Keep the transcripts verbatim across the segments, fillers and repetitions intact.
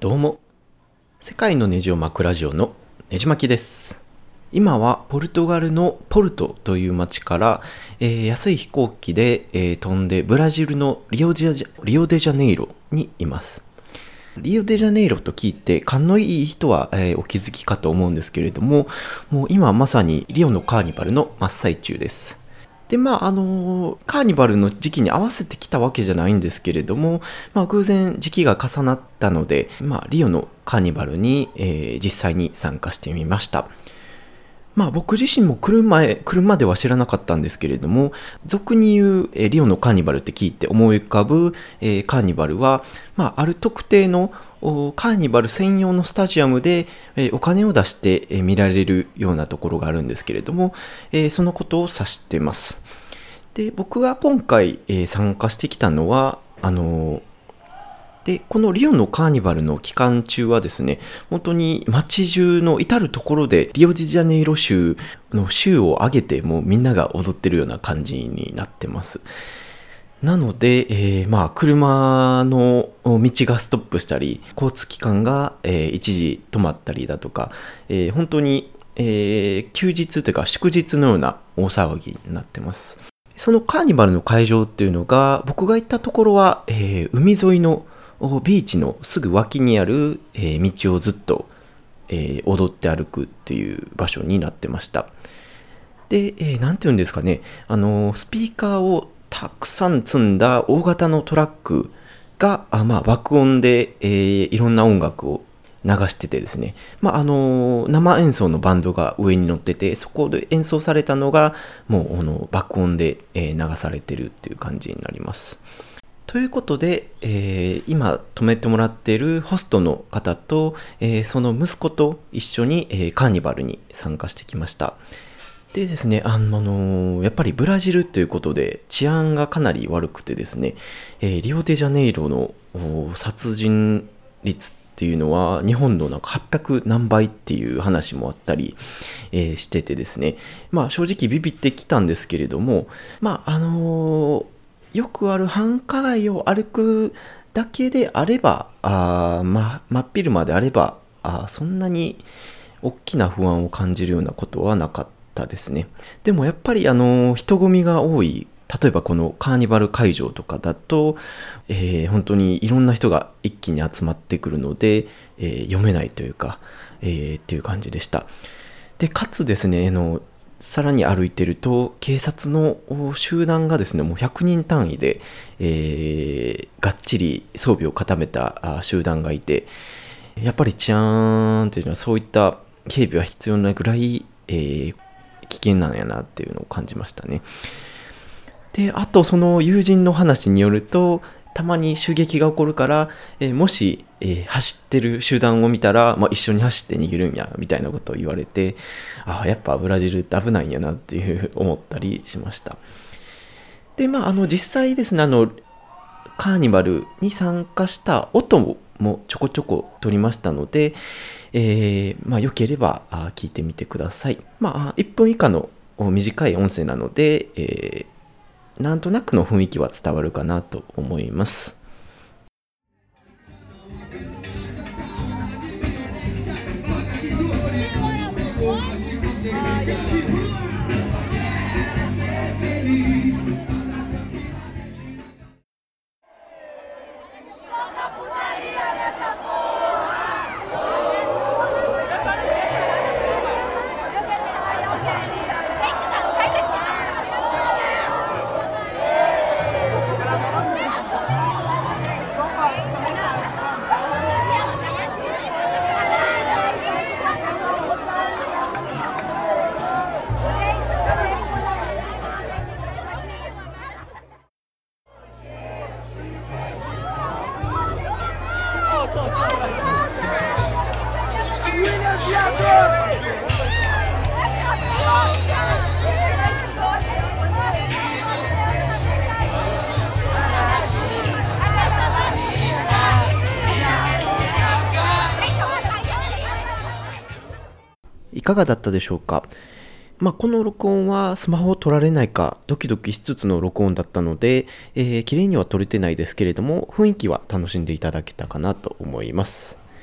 どうも、世界のネジを巻くラジオのネジ巻きです。今はポルトガルのポルトという町から、えー安い飛行機で、えー飛んでブラジルのリオデジャリオデジャネイロにいます。リオデジャネイロと聞いて勘のいい人は、えーお気づきかと思うんですけれども、もう今まさにリオのカーニバルの真っ最中です。で、まあ、あのカーニバルの時期に合わせてきたわけじゃないんですけれども、まあ、偶然時期が重なったので、まあ、リオのカーニバルに、えー実際に参加してみました。まあ、僕自身も来る前、来るまでは知らなかったんですけれども、俗に言う、えーリオのカーニバルって聞いて思い浮かぶ、えーカーニバルは、まあ、ある特定のおカーニバル専用のスタジアムで、えーお金を出して、えー見られるようなところがあるんですけれども、えーそのことを指してます。で、僕が今回、えー参加してきたのは、あのーで、このリオのカーニバルの期間中はですね、本当に街中の至るところでリオデジャネイロ州の州を挙げてもうみんなが踊ってるような感じになってます。なので、えーまあ、車の道がストップしたり、交通機関が、えー一時止まったりだとか、えー本当に、えー休日というか祝日のような大騒ぎになってます。そのカーニバルの会場っていうのが、僕が行ったところは、えー海沿いのおビーチのすぐ脇にある、えー道をずっと、えー踊って歩くっていう場所になってました。で、えーなんていうんですかね、あのースピーカーをたくさん積んだ大型のトラックが、あまあ、爆音で、えーいろんな音楽を流しててですね、まああのー生演奏のバンドが上に乗ってて、そこで演奏されたのが、もうあの爆音で、えー流されてるっていう感じになります。ということで、えー今泊めてもらっているホストの方と、えーその息子と一緒に、えーカーニバルに参加してきました。でですね、あのあのやっぱりブラジルということで治安がかなり悪くてですね、えーリオデジャネイロのお殺人率っていうのは日本のなんかはっぴゃく何倍っていう話もあったり、えーしててですね、まあ正直ビビってきたんですけれども、まああのーよくある繁華街を歩くだけであれば、あーま、真っ昼間であれば、あーそんなに大きな不安を感じるようなことはなかったですね。でもやっぱりあの人混みが多い、例えばこのカーニバル会場とかだと、えー本当にいろんな人が一気に集まってくるので、えー読めないというか、えーっていう感じでした。で、かつですね、あのさらに歩いてると警察のお集団がですね、もうひゃくにん単位で、えーがっちり装備を固めたあ集団がいて、やっぱり治安っていうのはそういった警備は必要なぐらい、えー危険なんやなっていうのを感じましたね。で、あとその友人の話によると、たまに襲撃が起こるから、えーもし、えー走ってる集団を見たら、まあ、一緒に走って逃げるんやみたいなことを言われて、ああやっぱブラジルって危ないんやなっていう思ったりしました。で、まあ、あの実際ですね、あのカーニバルに参加した音もちょこちょこ撮りましたので、えーまあ、よければあ聞いてみてください。まあ、いっぷん以下のお短い音声なので、えーなんとなくの雰囲気は伝わるかなと思います。いかがだったでしょうか。まあ、この録音はスマホを撮られないかドキドキしつつの録音だったので、えー、綺麗には撮れてないですけれども、雰囲気は楽しんでいただけたかなと思います。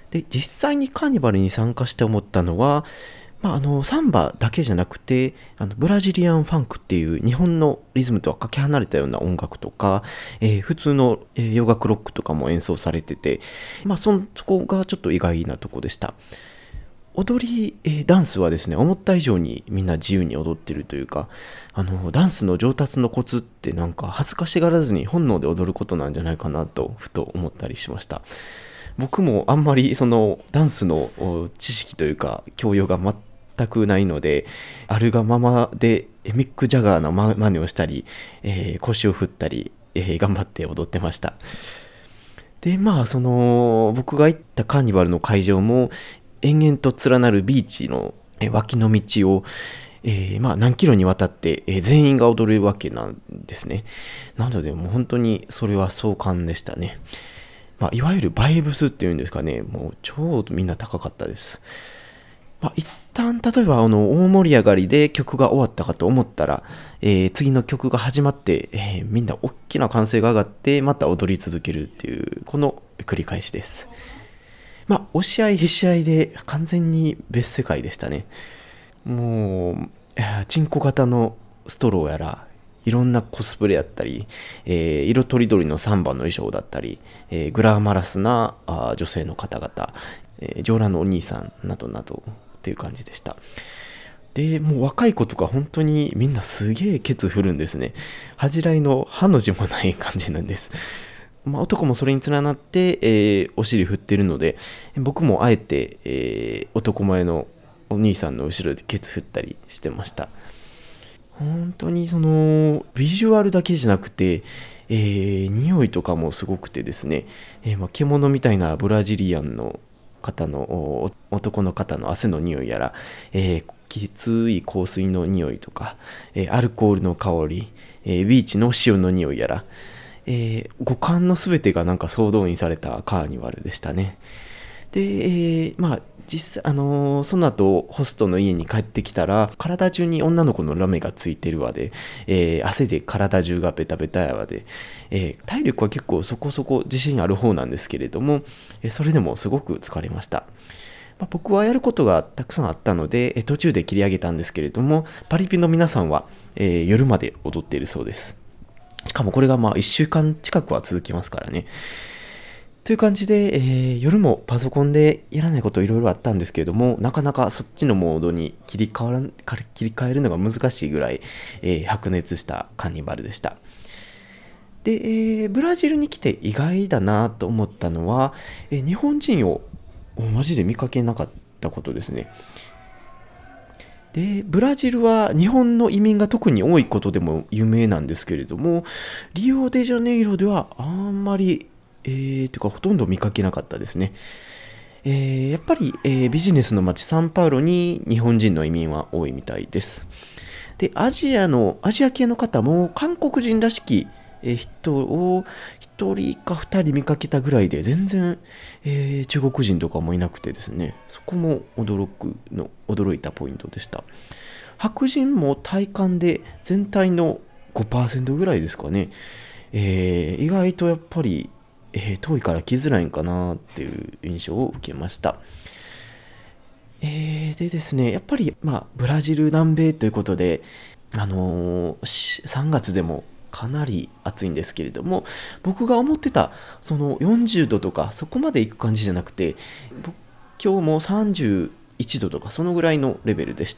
で、実際にカーニバルに参加して思ったのは、まあ、あのサンバだけじゃなくて、あのブラジリアンファンクっていう日本のリズムとはかけ離れたような音楽とか、えー普通の、えー洋楽ロックとかも演奏されてて、まあ、そんそこがちょっと意外なとこでした。踊り、えーダンスはですね、思った以上にみんな自由に踊ってるというか、あのダンスの上達のコツってなんか恥ずかしがらずに本能で踊ることなんじゃないかなとふと思ったりしました。僕もあんまりそのダンスのお知識というか教養が全くないので、あるがままでえミック・ジャガーのま真似をしたり、えー腰を振ったり、えー頑張って踊ってました。で、まあその僕が行ったカーニバルの会場も延々と連なるビーチのえー脇の道を、えーまあ何キロにわたって、えー全員が踊るわけなんですね。なのでもう本当にそれは壮観でしたね。まあ、いわゆるバイブスっていうんですかね、もう超みんな高かったです。まあ、一旦例えばあの大盛り上がりで曲が終わったかと思ったら、えー次の曲が始まって、えーみんな大きな歓声が上がってまた踊り続けるっていうこの繰り返しです。まあ押し合いへし合いで完全に別世界でしたね。もうえーチンコ型のストローやらいろんなコスプレやったり、えー色とりどりのサンバの衣装だったり、えーグラマラスなあー女性の方々、えー、上裸のお兄さんなどなどっていう感じでした。で、もう若い子とか本当にみんなすげえケツ振るんですね。恥じらいの歯の字もない感じなんです。まあ、男もそれに連なって、えーお尻振ってるので、僕もあえて、えー男前のお兄さんの後ろでケツ振ったりしてました。本当にそのビジュアルだけじゃなくて、えー匂いとかもすごくてですね、えーまあ、獣みたいなブラジリアンの方のお男の方の汗の匂いやら、えーきつい香水の匂いとか、えーアルコールの香り、えービーチの潮の匂いやら、えー五感のすべてがなんか総動員されたカーニバルでしたね。で、えーまあ実際、あのーその後ホストの家に帰ってきたら体中に女の子のラメがついてるわで、えー汗で体中がベタベタやわで、えー体力は結構そこそこ自信ある方なんですけれども、えーそれでもすごく疲れました。まあ、僕はやることがたくさんあったので、えー途中で切り上げたんですけれども、パリピの皆さんは、えー夜まで踊っているそうです。しかもこれがまあいっしゅうかん近くは続きますからね。という感じで、えー夜もパソコンでやらないこといろいろあったんですけれども、なかなかそっちのモードに切り替わらんか切り替えるのが難しいぐらい、えー白熱したカーニバルでした。で、えーブラジルに来て意外だなと思ったのは、えー日本人をマジで見かけなかったことですね。で、ブラジルは日本の移民が特に多いことでも有名なんですけれども、リオデジャネイロではあんまり、えー、というかほとんど見かけなかったですね。えーやっぱり、えービジネスの街サンパウロに日本人の移民は多いみたいです。で、アジアの、アジア系の方も韓国人らしき、えー人を一人か二人見かけたぐらいで全然、えー中国人とかもいなくてですね、そこも驚くの、驚いたポイントでした。白人も体感で全体のごパーセントぐらいですかね。えー意外とやっぱり、えー遠いから来づらいんかなっていう印象を受けました。えーでですね、やっぱり、まあ、ブラジル、南米ということで、あのーしさんがつでもかなり暑いんですけれども、僕が思ってた、そのよんじゅうどとか、そこまで行く感じじゃなくて、僕今日もさんじゅういちどとか、そのぐらいのレベルでした。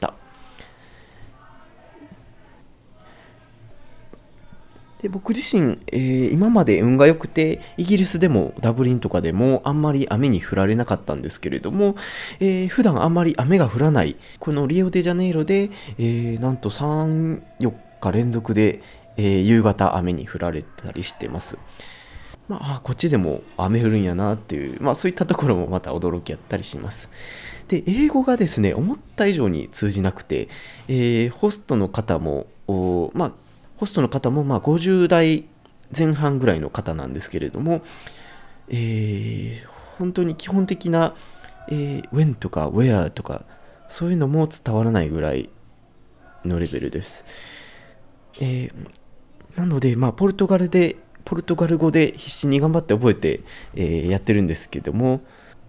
で僕自身、えー今まで運が良くてイギリスでもダブリンとかでもあんまり雨に降られなかったんですけれども、えー普段あんまり雨が降らないこのリオデジャネイロで、えーなんとさん、よっか連続で、えー夕方雨に降られたりしてます。まあ、あこっちでも雨降るんやなっていう、まあ、そういったところもまた驚きやったりします。で、英語がですね、思った以上に通じなくて、えーホストの方も、おまあ、ホストの方もまあごじゅう代前半ぐらいの方なんですけれども、えー本当に基本的な、えー when とか where とか、そういうのも伝わらないぐらいのレベルです。えーなので、まあ、ポルトガルで、ポルトガル語で必死に頑張って覚えて、えーやってるんですけども、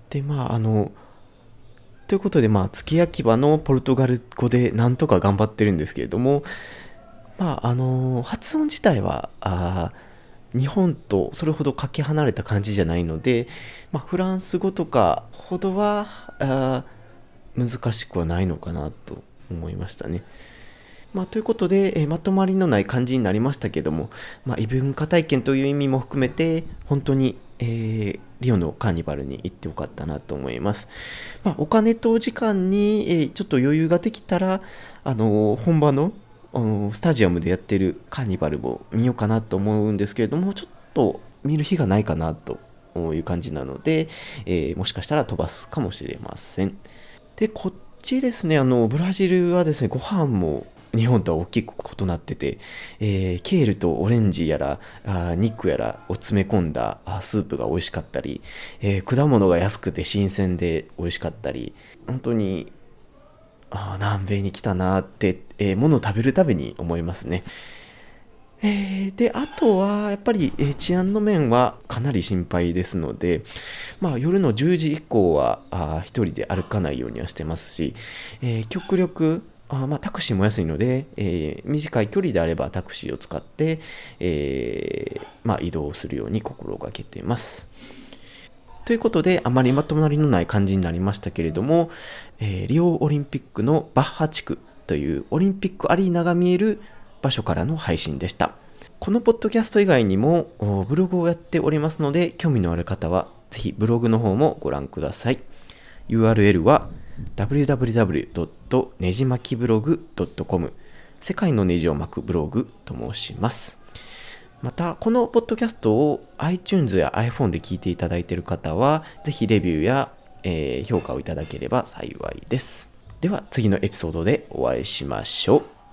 でまああのということで、まあ、月焼き場のポルトガル語でなんとか頑張ってるんですけれども、まあ、あの発音自体はあ日本とそれほどかけ離れた感じじゃないので、まあ、フランス語とかほどはあ難しくはないのかなと思いましたね。まあ、ということで、えーまとまりのない感じになりましたけども、まあ、異文化体験という意味も含めて本当に、えーリオのカーニバルに行ってよかったなと思います。まあ、お金と時間に、えーちょっと余裕ができたら、あのー本場のあのースタジアムでやってるカーニバルも見ようかなと思うんですけれども、ちょっと見る日がないかなという感じなので、えーもしかしたら飛ばすかもしれません。で、こっちですね、あの、ブラジルはですね、ご飯も日本とは大きく異なってて、えーケールとオレンジやら、あー肉やらを詰め込んだあースープが美味しかったり、えー果物が安くて新鮮で美味しかったり、本当に、あー南米に来たなーって、えー、ものを食べるたびに思いますね。えーで、あとは、やっぱり、えー治安の面はかなり心配ですので、まあ、夜のじゅうじ以降は、あー一人で歩かないようにはしてますし、えー極力、あーまあ、タクシーも安いので、えー短い距離であればタクシーを使って、えーまあ、移動するように心がけています。ということで、あまりまとまりのない感じになりましたけれども、えーリオオリンピックのバッハ地区というオリンピックアリーナが見える場所からの配信でした。このポッドキャスト以外にもおブログをやっておりますので、興味のある方はぜひブログの方もご覧ください。ユーアールエル は ダブリューダブリューダブリュードットねじまきブログドットコム 世界のネジを巻くブログと申します。また、このポッドキャストを iTunes や iPhone で聞いていただいている方は、ぜひレビューや、えー評価をいただければ幸いです。では次のエピソードでお会いしましょう。